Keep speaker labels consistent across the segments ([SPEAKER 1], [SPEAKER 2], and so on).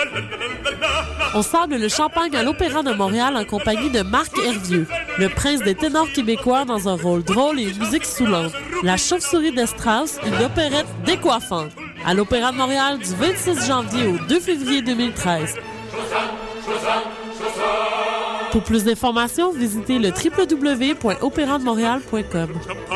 [SPEAKER 1] On sable le champagne à l'Opéra de Montréal en compagnie de Marc Hervieux, le prince des ténors québécois dans un rôle drôle et une musique soulante. La chauve-souris de Strauss, une opérette décoiffante. À l'Opéra de Montréal du 26 janvier au 2 février 2013. Pour plus d'informations, visitez le www.opérademontréal.com.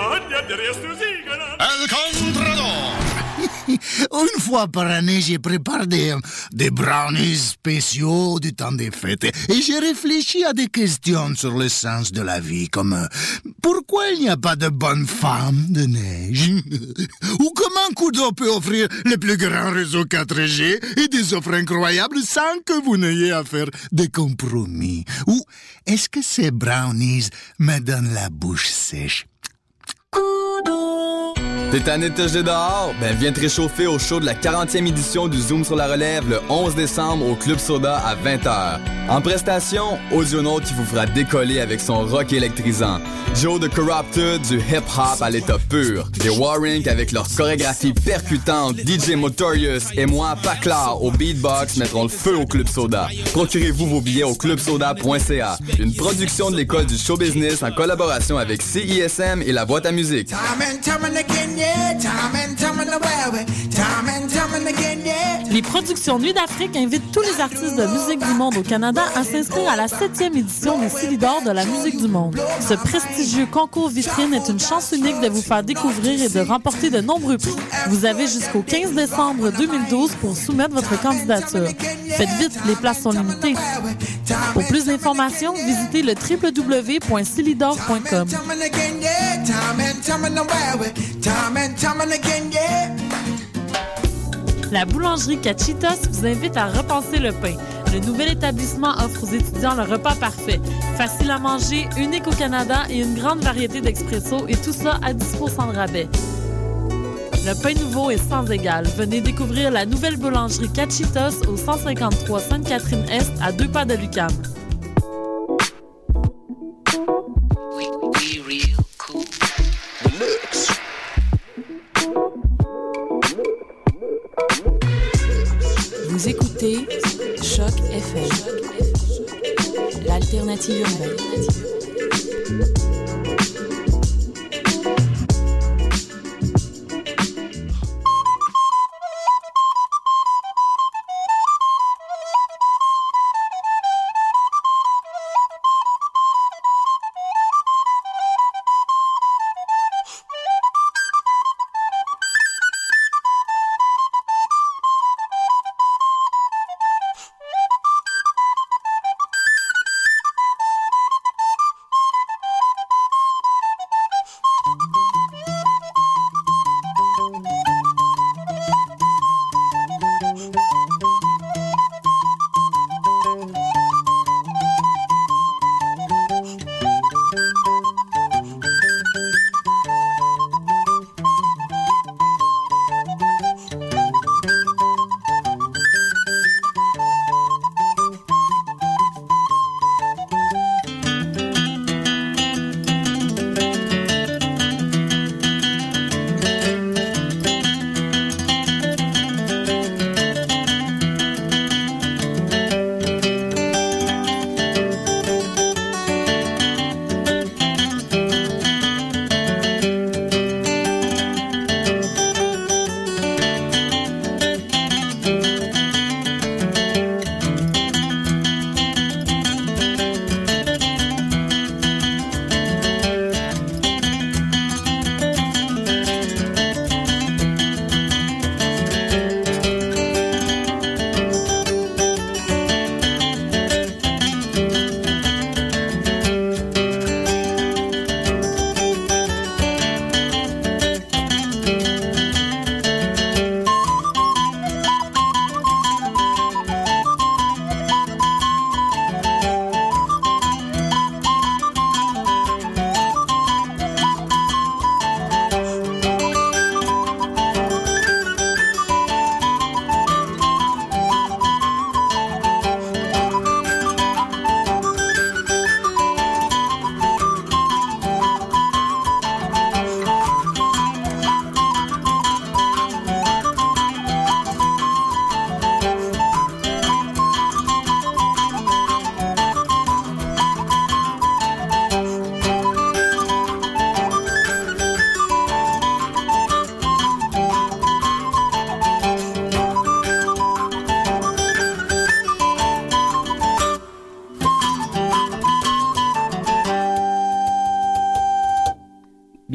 [SPEAKER 2] Une fois par année, j'ai préparé des brownies spéciaux du temps des fêtes. Et j'ai réfléchi à des questions sur le sens de la vie, comme pourquoi il n'y a pas de bonne femme de neige? Ou comment Kudo peut offrir le plus grand réseau 4G et des offres incroyables sans que vous n'ayez à faire des compromis? Ou est-ce que ces brownies me donnent la bouche sèche? Kudo!
[SPEAKER 3] T'es tanné de te jeter dehors? Ben viens te réchauffer au show de la 40e édition du Zoom sur la relève le 11 décembre au Club Soda à 20h. En prestation, Audionaut qui vous fera décoller avec son rock électrisant. Joe de Corrupted, du hip-hop à l'état pur. Des Warrink avec leur chorégraphie percutante. DJ Motorious et moi, Paclar, au beatbox mettront le feu au Club Soda. Procurez-vous vos billets au clubsoda.ca. Une production de l'école du show business en collaboration avec CISM et la boîte à musique.
[SPEAKER 1] Les productions Nuit d'Afrique invitent tous les artistes de musique du monde au Canada à s'inscrire à la 7e édition des Silidor de la musique du monde. Ce prestigieux concours vitrine est une chance unique de vous faire découvrir et de remporter de nombreux prix. Vous avez jusqu'au 15 décembre 2012 pour soumettre votre candidature. Faites vite, les places sont limitées. Pour plus d'informations, visitez le www.silidor.com. La boulangerie Cachitos vous invite à repenser le pain. Le nouvel établissement offre aux étudiants le repas parfait. Facile à manger, unique au Canada et une grande variété d'expresso et tout ça à 10% de rabais. Le pain nouveau est sans égal. Venez découvrir la nouvelle boulangerie Cachitos au 153 Sainte-Catherine-Est à 2 pas de l'UQAM.
[SPEAKER 4] Vous écoutez Choc FM, l'alternative urbaine.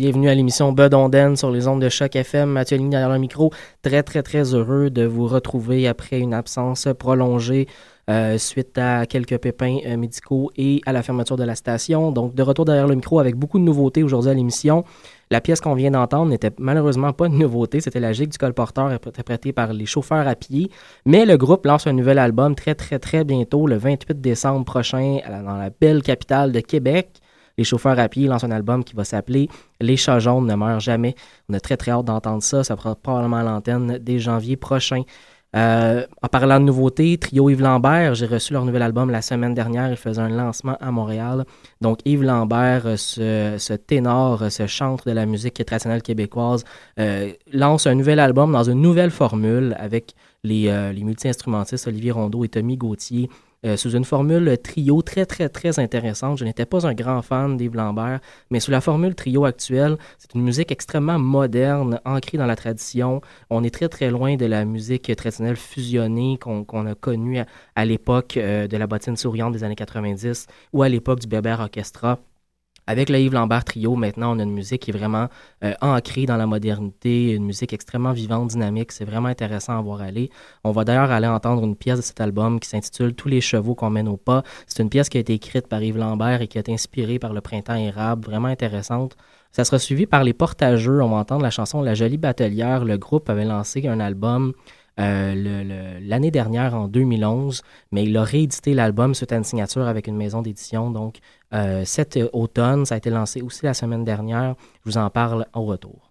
[SPEAKER 5] Bienvenue à l'émission Bedonden sur les ondes de Choc FM. Mathieu Ligny derrière le micro. Très, très, très heureux de vous retrouver après une absence prolongée suite à quelques pépins médicaux et à la fermeture de la station. Donc, de retour derrière le micro avec beaucoup de nouveautés aujourd'hui à l'émission. La pièce qu'on vient d'entendre n'était malheureusement pas une nouveauté. C'était La Gigue du colporteur, interprétée par les Chauffeurs à pied. Mais le groupe lance un nouvel album très, très, très bientôt, le 28 décembre prochain, dans la belle capitale de Québec. Les Chauffeurs à pied lancent un album qui va s'appeler Les chats jaunes ne meurent jamais. On a très, très hâte d'entendre ça. Ça sera probablement à l'antenne dès janvier prochain. En parlant de nouveautés, Trio Yves Lambert, j'ai reçu leur nouvel album la semaine dernière. Ils faisaient un lancement à Montréal. Donc Yves Lambert, ce ténor, ce chantre de la musique traditionnelle québécoise, lance un nouvel album dans une nouvelle formule avec les multi-instrumentistes Olivier Rondeau et Tommy Gauthier. Sous une formule trio très, très, très intéressante. Je n'étais pas un grand fan d'Yves Lambert, mais sous la formule trio actuelle, c'est une musique extrêmement moderne, ancrée dans la tradition. On est très, très loin de la musique traditionnelle fusionnée qu'on a connue à l'époque de la bottine souriante des années 90 ou à l'époque du Bébert Orchestra. Avec le Yves Lambert Trio, maintenant, on a une musique qui est vraiment ancrée dans la modernité, une musique extrêmement vivante, dynamique. C'est vraiment intéressant à voir aller. On va d'ailleurs aller entendre une pièce de cet album qui s'intitule « Tous les chevaux qu'on mène au pas ». C'est une pièce qui a été écrite par Yves Lambert et qui a été inspirée par le Printemps érable, vraiment intéressante. Ça sera suivi par les Portageux. On va entendre la chanson « La jolie batelière ». Le groupe avait lancé un album l'année dernière, en 2011, mais il a réédité l'album suite à une signature avec une maison d'édition. Donc, cet automne, ça a été lancé aussi la semaine dernière. Je vous en parle au retour.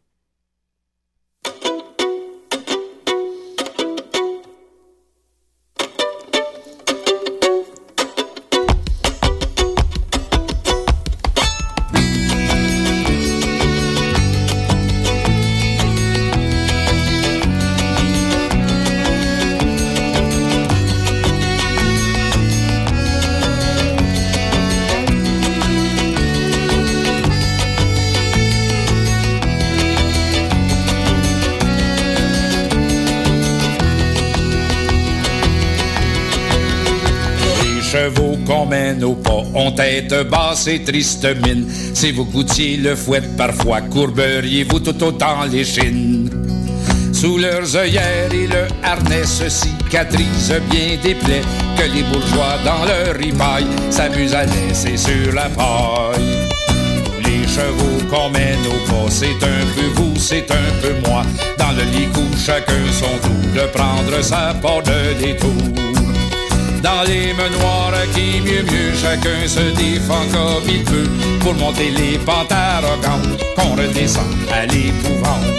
[SPEAKER 6] Chevaux qu'on mène au pas ont tête basse et triste mine. Si vous goûtiez le fouet parfois, courberiez-vous tout autant les chines. Sous leurs œillères et le harnais se cicatrisent bien des plaies que les bourgeois dans leur ripaille s'amusent à laisser sur la paille. Les chevaux qu'on mène au pas, c'est un peu vous, c'est un peu moi. Dans le licou, chacun son tour de prendre sa part de détour. Dans les menoirs qui mieux chacun se défend comme il peut pour monter les pentes arrogantes qu'on redescend à l'épouvante.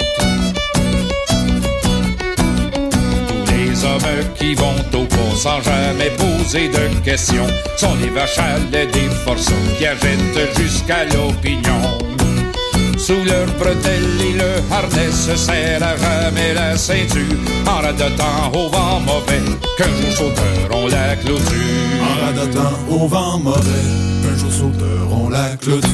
[SPEAKER 6] Tous les hommes qui vont au pas sans jamais poser de questions sont les vaches à lait des forçats qui agitent jusqu'à l'opinion. Sous leurs bretelles et le harnais se serre à jamais la ceinture, en radotant au vent mauvais qu'un jour sauteur on la clôture.
[SPEAKER 7] En radotant au vent mauvais qu'un jour sauteur on la clôture.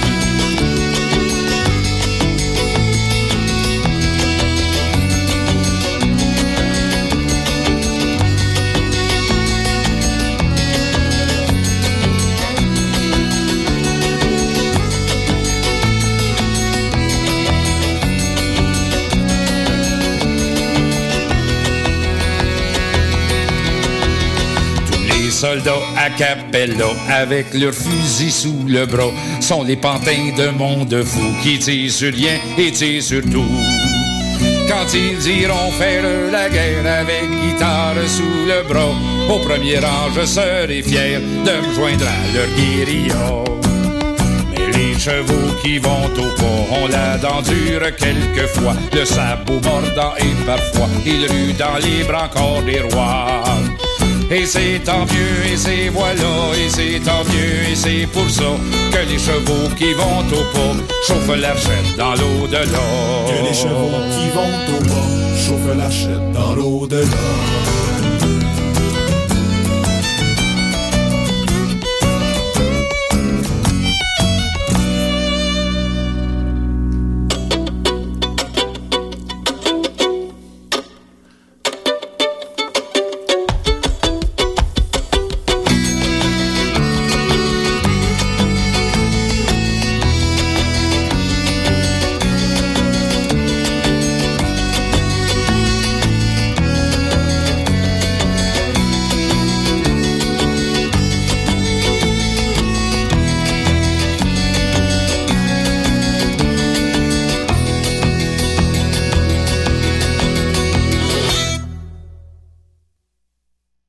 [SPEAKER 6] Soldats à Capella avec leurs fusils sous le bras sont les pantins de monde fou qui tirent sur rien et tirent sur tout. Quand ils iront faire la guerre avec guitare sous le bras, au premier rang je serai fier de me joindre à leur guérilla. Mais les chevaux qui vont au pas ont la dent dure quelquefois, le sabot mordant et parfois ils ruent dans les brancards des rois. Et c'est tant mieux, et c'est voilà, et c'est tant mieux, et c'est pour ça que les chevaux qui vont au pas chauffent l'archette dans l'au-delà.
[SPEAKER 7] Que les chevaux qui vont au pas chauffent l'archette dans l'au-delà.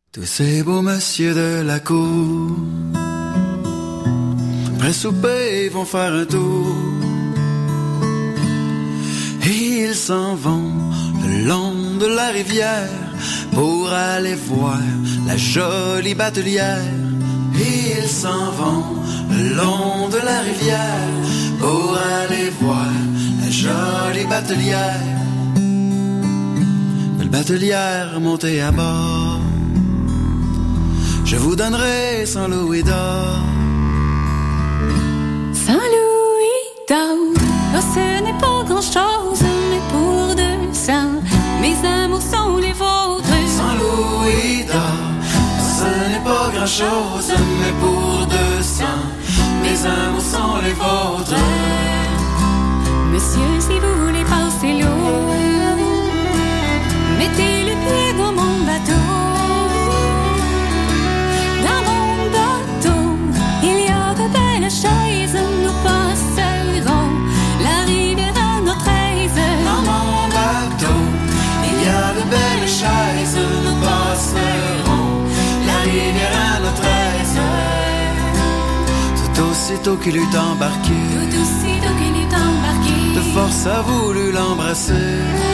[SPEAKER 8] Tous ces beaux messieurs de la cour, après souper, vont faire un tour. Et ils s'en vont le long de la rivière pour aller voir la jolie batelière. Et ils s'en vont le long de la rivière pour aller voir la jolie batelière. Belle batelière, montez à bord, je vous donnerai 100 louis d'or.
[SPEAKER 9] 100 louis d'or, oh, ce n'est pas grand-chose, mais pour 200, mes amours sont les vôtres.
[SPEAKER 8] 100 louis d'or, ce n'est pas grand-chose, mais pour 200, mes amours sont les vôtres.
[SPEAKER 9] Monsieur, si vous voulez passer l'eau, mettez le pied dans mon bateau. Dans mon bateau, il y a de belles chaises, nous passerons la rivière à notre aise.
[SPEAKER 8] Dans mon bateau, il y a de belles chaises, nous passerons la rivière à notre aise. Tout aussitôt qu'il eut embarqué,
[SPEAKER 9] tout aussitôt qu'il eut embarqué,
[SPEAKER 8] de force a voulu l'embrasser.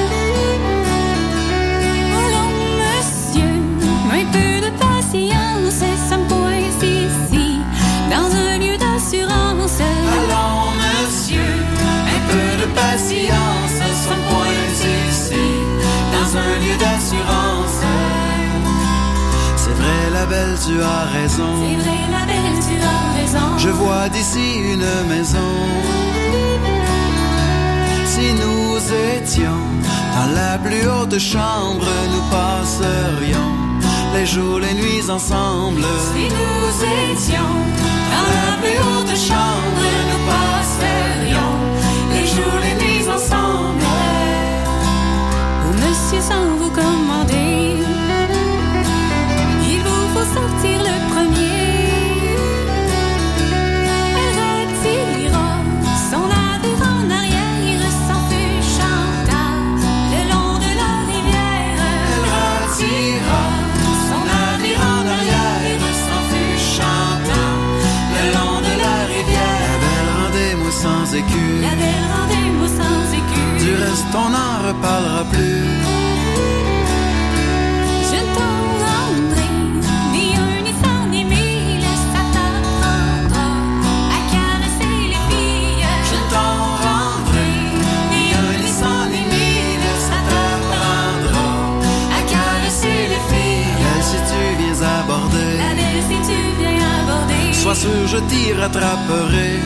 [SPEAKER 9] Un peu de patience, ça me pointe ici, dans un lieu d'assurance.
[SPEAKER 8] Allons, monsieur, un peu de patience, ça me pointe ici, dans un lieu d'assurance. C'est vrai, la belle, tu as raison.
[SPEAKER 9] C'est vrai, la belle, tu as raison.
[SPEAKER 8] Je vois d'ici une maison. Si nous étions dans la plus haute chambre, nous passerions les jours, les nuits ensemble.
[SPEAKER 9] Si nous étions dans la plus haute chambre, nous passerions les jours, les nuits ensemble. Oh, monsieur, sans vous commander, il vous faut sortir le premier. Elle retirera son navire en arrière, s'enfuit chantant le long de la rivière.
[SPEAKER 8] Elle retirera son navire en arrière, s'enfuit chantant le long de la rivière. La belle, rendez-moi sans écu.
[SPEAKER 9] La belle, rendez-moi sans écu.
[SPEAKER 8] Du reste, on n'en reparlera plus.
[SPEAKER 9] Je ne t'en rendrai ni un, ni cent, ni mille. Ça t'apprendra à caresser les filles.
[SPEAKER 8] Je t'en rendrai ni un, ni cent, ni mille. Ça t'apprendra à caresser les filles. La belle, si tu viens aborder,
[SPEAKER 9] La belle, si tu viens aborder,
[SPEAKER 8] sois sûr, je t'y rattraperai.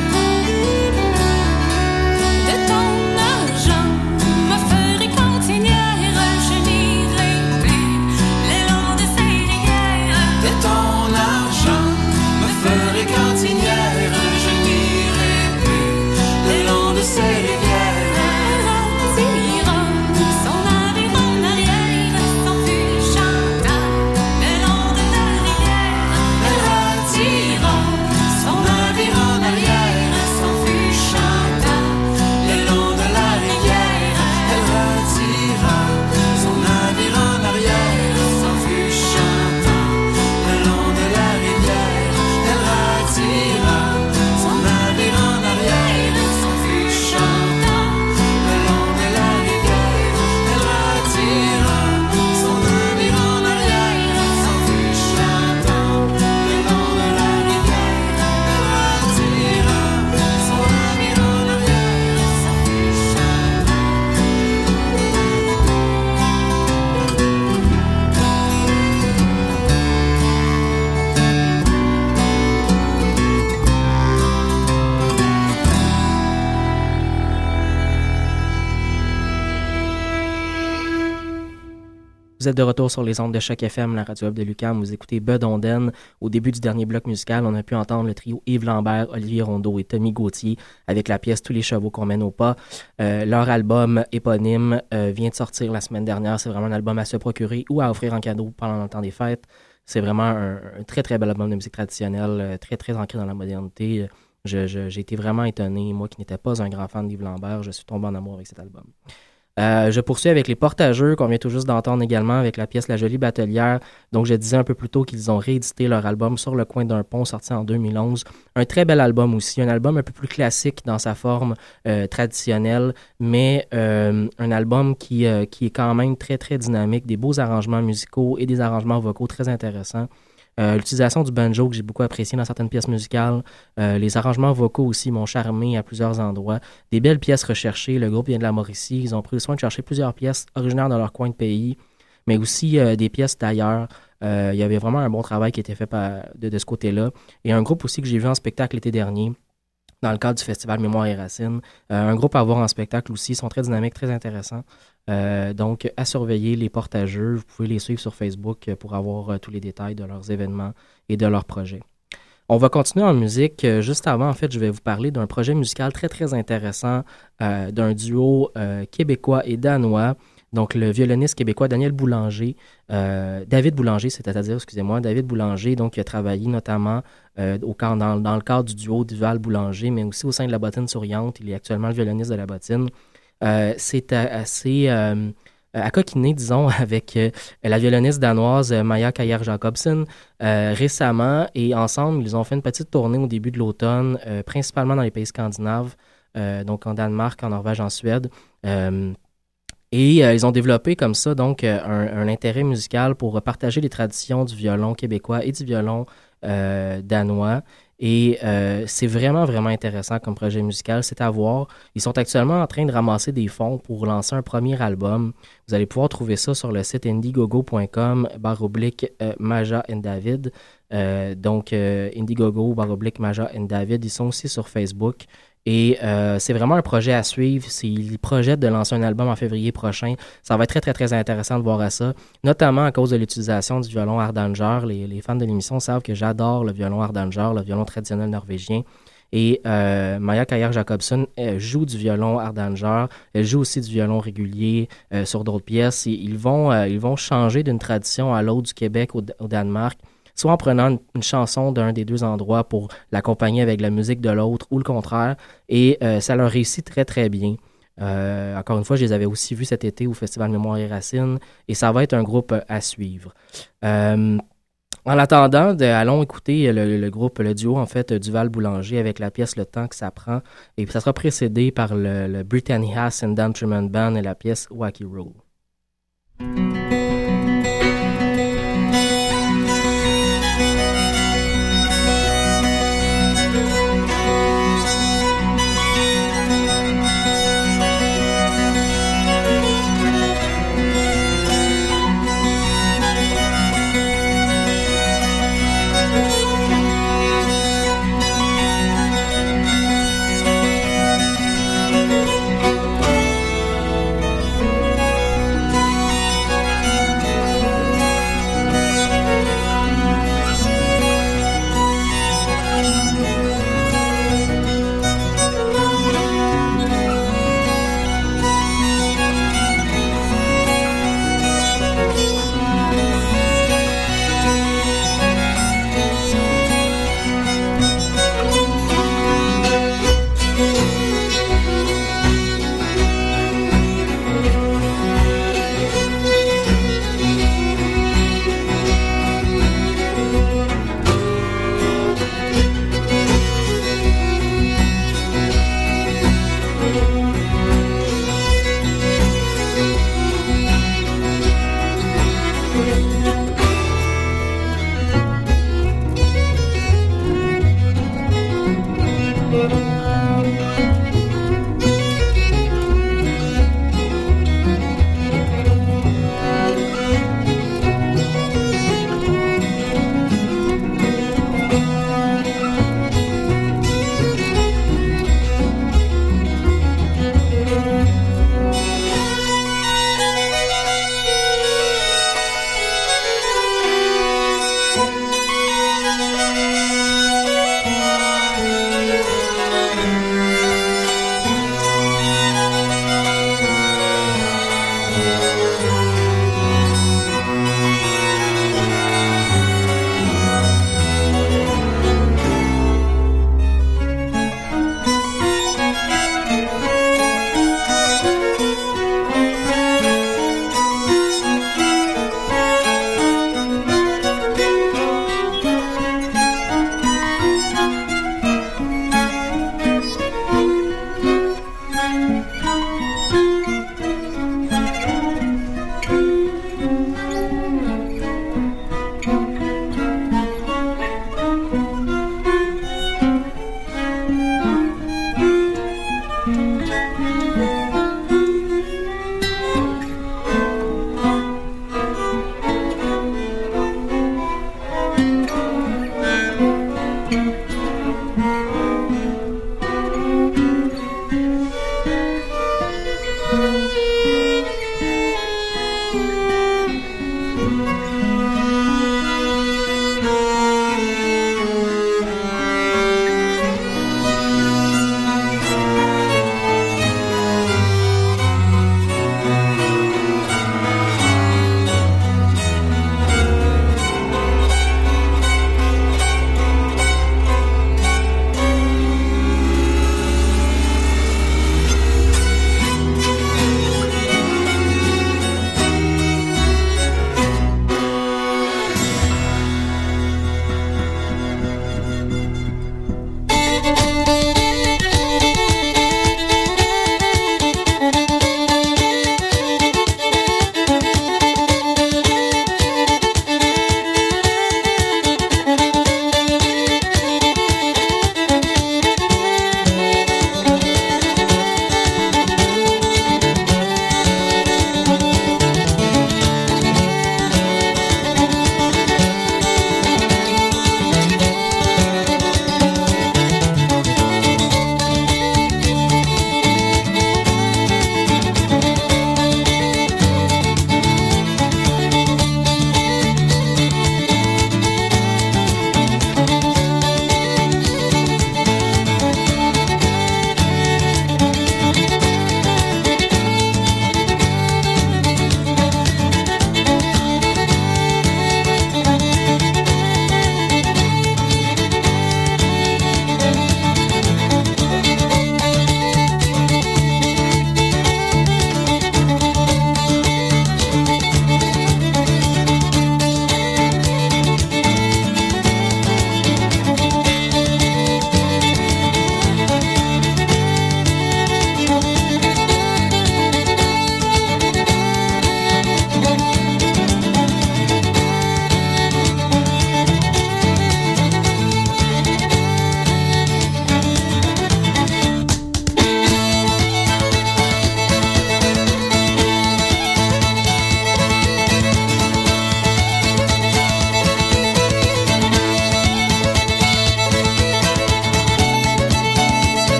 [SPEAKER 9] de ton argent me ferai cantinière. Je n'irai plus le long de ces rivières.
[SPEAKER 8] De ton argent me ferai cantinière. Je n'irai plus le long de ces rivières.
[SPEAKER 9] Elle retirera son navire en arrière, s'enfuit chantant le long de la rivière.
[SPEAKER 8] Elle retirera son navire en arrière, s'enfuit chantant le long de la rivière. Elle retirera son navire en arrière, s'enfuit chantant le long de la rivière. Elle retirera son navire en arrière, s'enfuit chantant le long de la rivière. Elle retirera son navire en arrière, s'enfuit chantant le long de la rivière. Elle retirera son navire en arrière, s'enfuit chantant.
[SPEAKER 5] Vous êtes de retour sur les ondes de Choc FM, la radio web de l'UQAM. Vous écoutez Bud Onden. Au début du dernier bloc musical, on a pu entendre le trio Yves Lambert, Olivier Rondeau et Tommy Gauthier avec la pièce Tous les chevaux qu'on mène au pas. Leur album éponyme vient de sortir la semaine dernière. C'est vraiment un album à se procurer ou à offrir en cadeau pendant le temps des fêtes. C'est vraiment un très, très bel album de musique traditionnelle, très, très ancré dans la modernité. J'ai été vraiment étonné. Moi qui n'étais pas un grand fan d'Yves Lambert, je suis tombé en amour avec cet album. Je poursuis avec les Portageux, qu'on vient tout juste d'entendre également avec la pièce La Jolie Batelière. Donc, je disais un peu plus tôt qu'ils ont réédité leur album Sur le coin d'un pont, sorti en 2011. Un très bel album aussi, un album un peu plus classique dans sa forme traditionnelle, mais un album qui est quand même très, très dynamique, des beaux arrangements musicaux et des arrangements vocaux très intéressants. L'utilisation du banjo que j'ai beaucoup apprécié dans certaines pièces musicales. Les arrangements vocaux aussi m'ont charmé à plusieurs endroits. Des belles pièces recherchées. Le groupe vient de la Mauricie. Ils ont pris le soin de chercher plusieurs pièces originaires de leur coin de pays, mais aussi des pièces d'ailleurs. Il y avait vraiment un bon travail qui était fait de ce côté-là. Et un groupe aussi que j'ai vu en spectacle l'été dernier, dans le cadre du Festival Mémoire et Racines. Un groupe à voir en spectacle aussi. Ils sont très dynamiques, très intéressants. Donc, à surveiller les Portageux. Vous pouvez les suivre sur Facebook pour avoir tous les détails de leurs événements et de leurs projets. On va continuer en musique. Juste avant, en fait, je vais vous parler d'un projet musical très, très intéressant d'un duo québécois et danois. Donc, le violoniste québécois David Boulanger, David Boulanger, donc qui a travaillé notamment dans le cadre du duo Duval-Boulanger, mais aussi au sein de la Bottine Souriante. Il est actuellement le violoniste de la Bottine. C'est assez à coquiner, disons, avec la violoniste danoise Maja Kajer-Jacobsen récemment. Et ensemble, ils ont fait une petite tournée au début de l'automne, principalement dans les pays scandinaves, donc en Danemark, en Norvège, en Suède. Et ils ont développé comme ça donc un intérêt musical pour partager les traditions du violon québécois et du violon danois. Et c'est vraiment, vraiment intéressant comme projet musical. C'est à voir. Ils sont actuellement en train de ramasser des fonds pour lancer un premier album. Vous allez pouvoir trouver ça sur le site indiegogo.com/Maja and David. Donc, Indiegogo/Maja and David. Ils sont aussi sur Facebook. Et c'est vraiment un projet à suivre. Ils projettent de lancer un album en février prochain. Ça va être très, très, très intéressant de voir à ça, notamment à cause de l'utilisation du violon hardanger. Les fans de l'émission savent que j'adore le violon hardanger, le violon traditionnel norvégien. Et Maja Kajer-Jacobsen joue du violon hardanger. Elle joue aussi du violon régulier sur d'autres pièces. Et ils vont changer d'une tradition à l'autre du Québec au Danemark, soit en prenant une chanson d'un des deux endroits pour l'accompagner avec la musique de l'autre ou le contraire. Et ça leur réussit très, très bien. Encore une fois, je les avais aussi vus cet été au Festival Mémoire et Racines et ça va être un groupe à suivre. En attendant, allons écouter le duo en fait Duval-Boulanger avec la pièce Le temps que ça prend. Et puis ça sera précédé par le Brittany Haas and Dan Truman Band et la pièce Wacky Roll.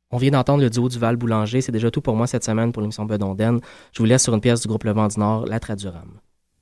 [SPEAKER 5] On vient d'entendre le duo du Val Boulanger. C'est déjà tout pour moi cette semaine pour l'émission Bedonden. Je vous laisse sur une pièce du groupe Le Vent du Nord, La Tradurame.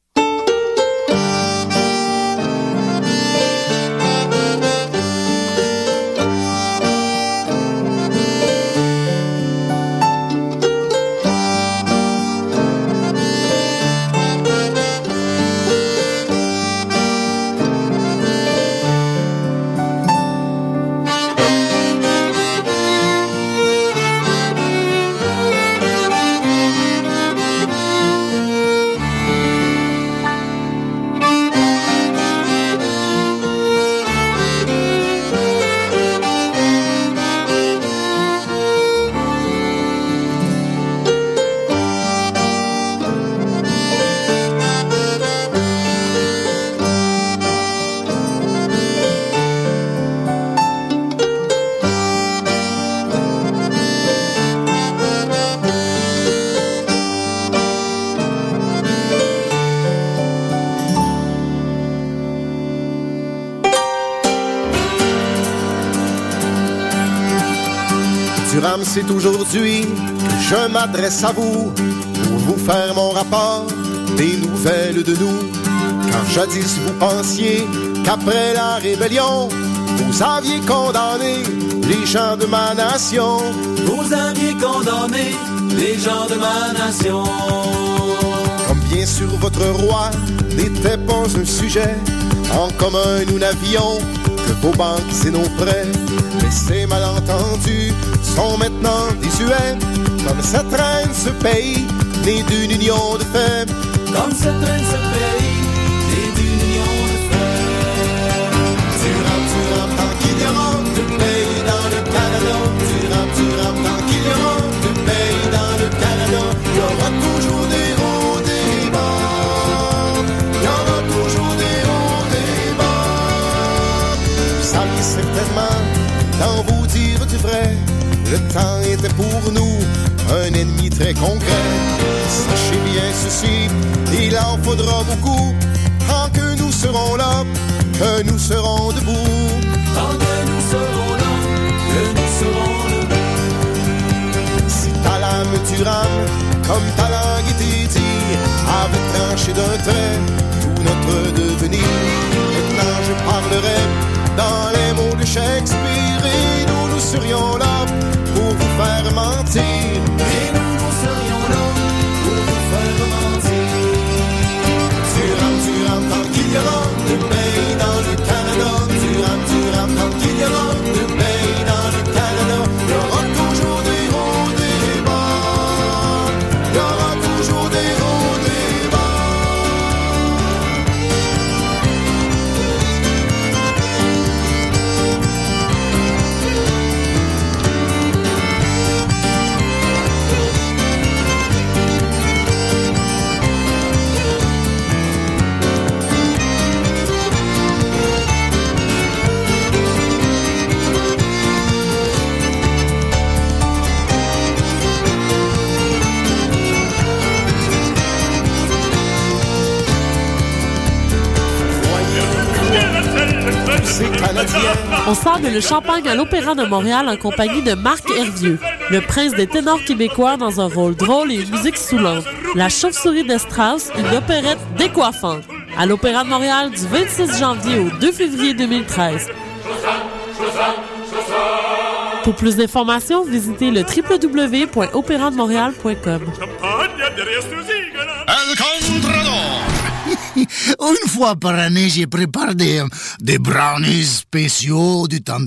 [SPEAKER 10] C'est aujourd'hui que je m'adresse à vous pour vous faire mon rapport des nouvelles de nous. Car jadis vous pensiez qu'après la rébellion, vous aviez condamné les gens de ma nation.
[SPEAKER 8] Vous aviez condamné les gens de ma nation.
[SPEAKER 10] Comme bien sûr votre roi n'était pas un sujet, en commun nous n'avions que vos banques et nos prêts. Mais ces malentendus sont maintenant désuets, comme cette reine ce pays, né d'une union de faits.
[SPEAKER 8] Comme cette reine ce pays, né d'une union de faits.
[SPEAKER 10] Tu rames tant qu'il y aura de pays dans le Canada. Tu rames tant qu'il y aura de pays dans le Canada. Il y aura toujours des hauts, des bas. Il y aura toujours des hauts, des bas. Vous saviez certainement, dans vous dire du vrai, le temps était pour nous un ennemi très concret. Sachez bien ceci, il en faudra beaucoup tant que nous serons là, que nous serons debout.
[SPEAKER 8] Tant que nous serons là, que nous serons debout.
[SPEAKER 10] Si ta lame tu rames, comme ta langue était dit, avait tranché d'un trait tout notre devenir. Maintenant je parlerai dans les mots de Shakespeare et nous serions là pour vous faire mentir.
[SPEAKER 8] Et nous serions là pour vous faire mentir.
[SPEAKER 10] Tu rames tant qu'il y aura de pays dans le Canada. Tu rames tant qu'il y aura de pays dans le Canada. Il y aura toujours des hauts, des bas. Il y aura toujours des hauts, des bas.
[SPEAKER 1] On sort de le champagne à l'Opéra de Montréal en compagnie de Marc Hervieux, le prince des ténors québécois dans un rôle drôle et une musique soulante. La chauve-souris de Strauss, une opérette décoiffante. À l'Opéra de Montréal du 26 janvier au 2 février 2013. Pour plus d'informations, visitez le www.opérademontréal.com.
[SPEAKER 2] Une fois par année, j'ai préparé des brownies spéciaux du temps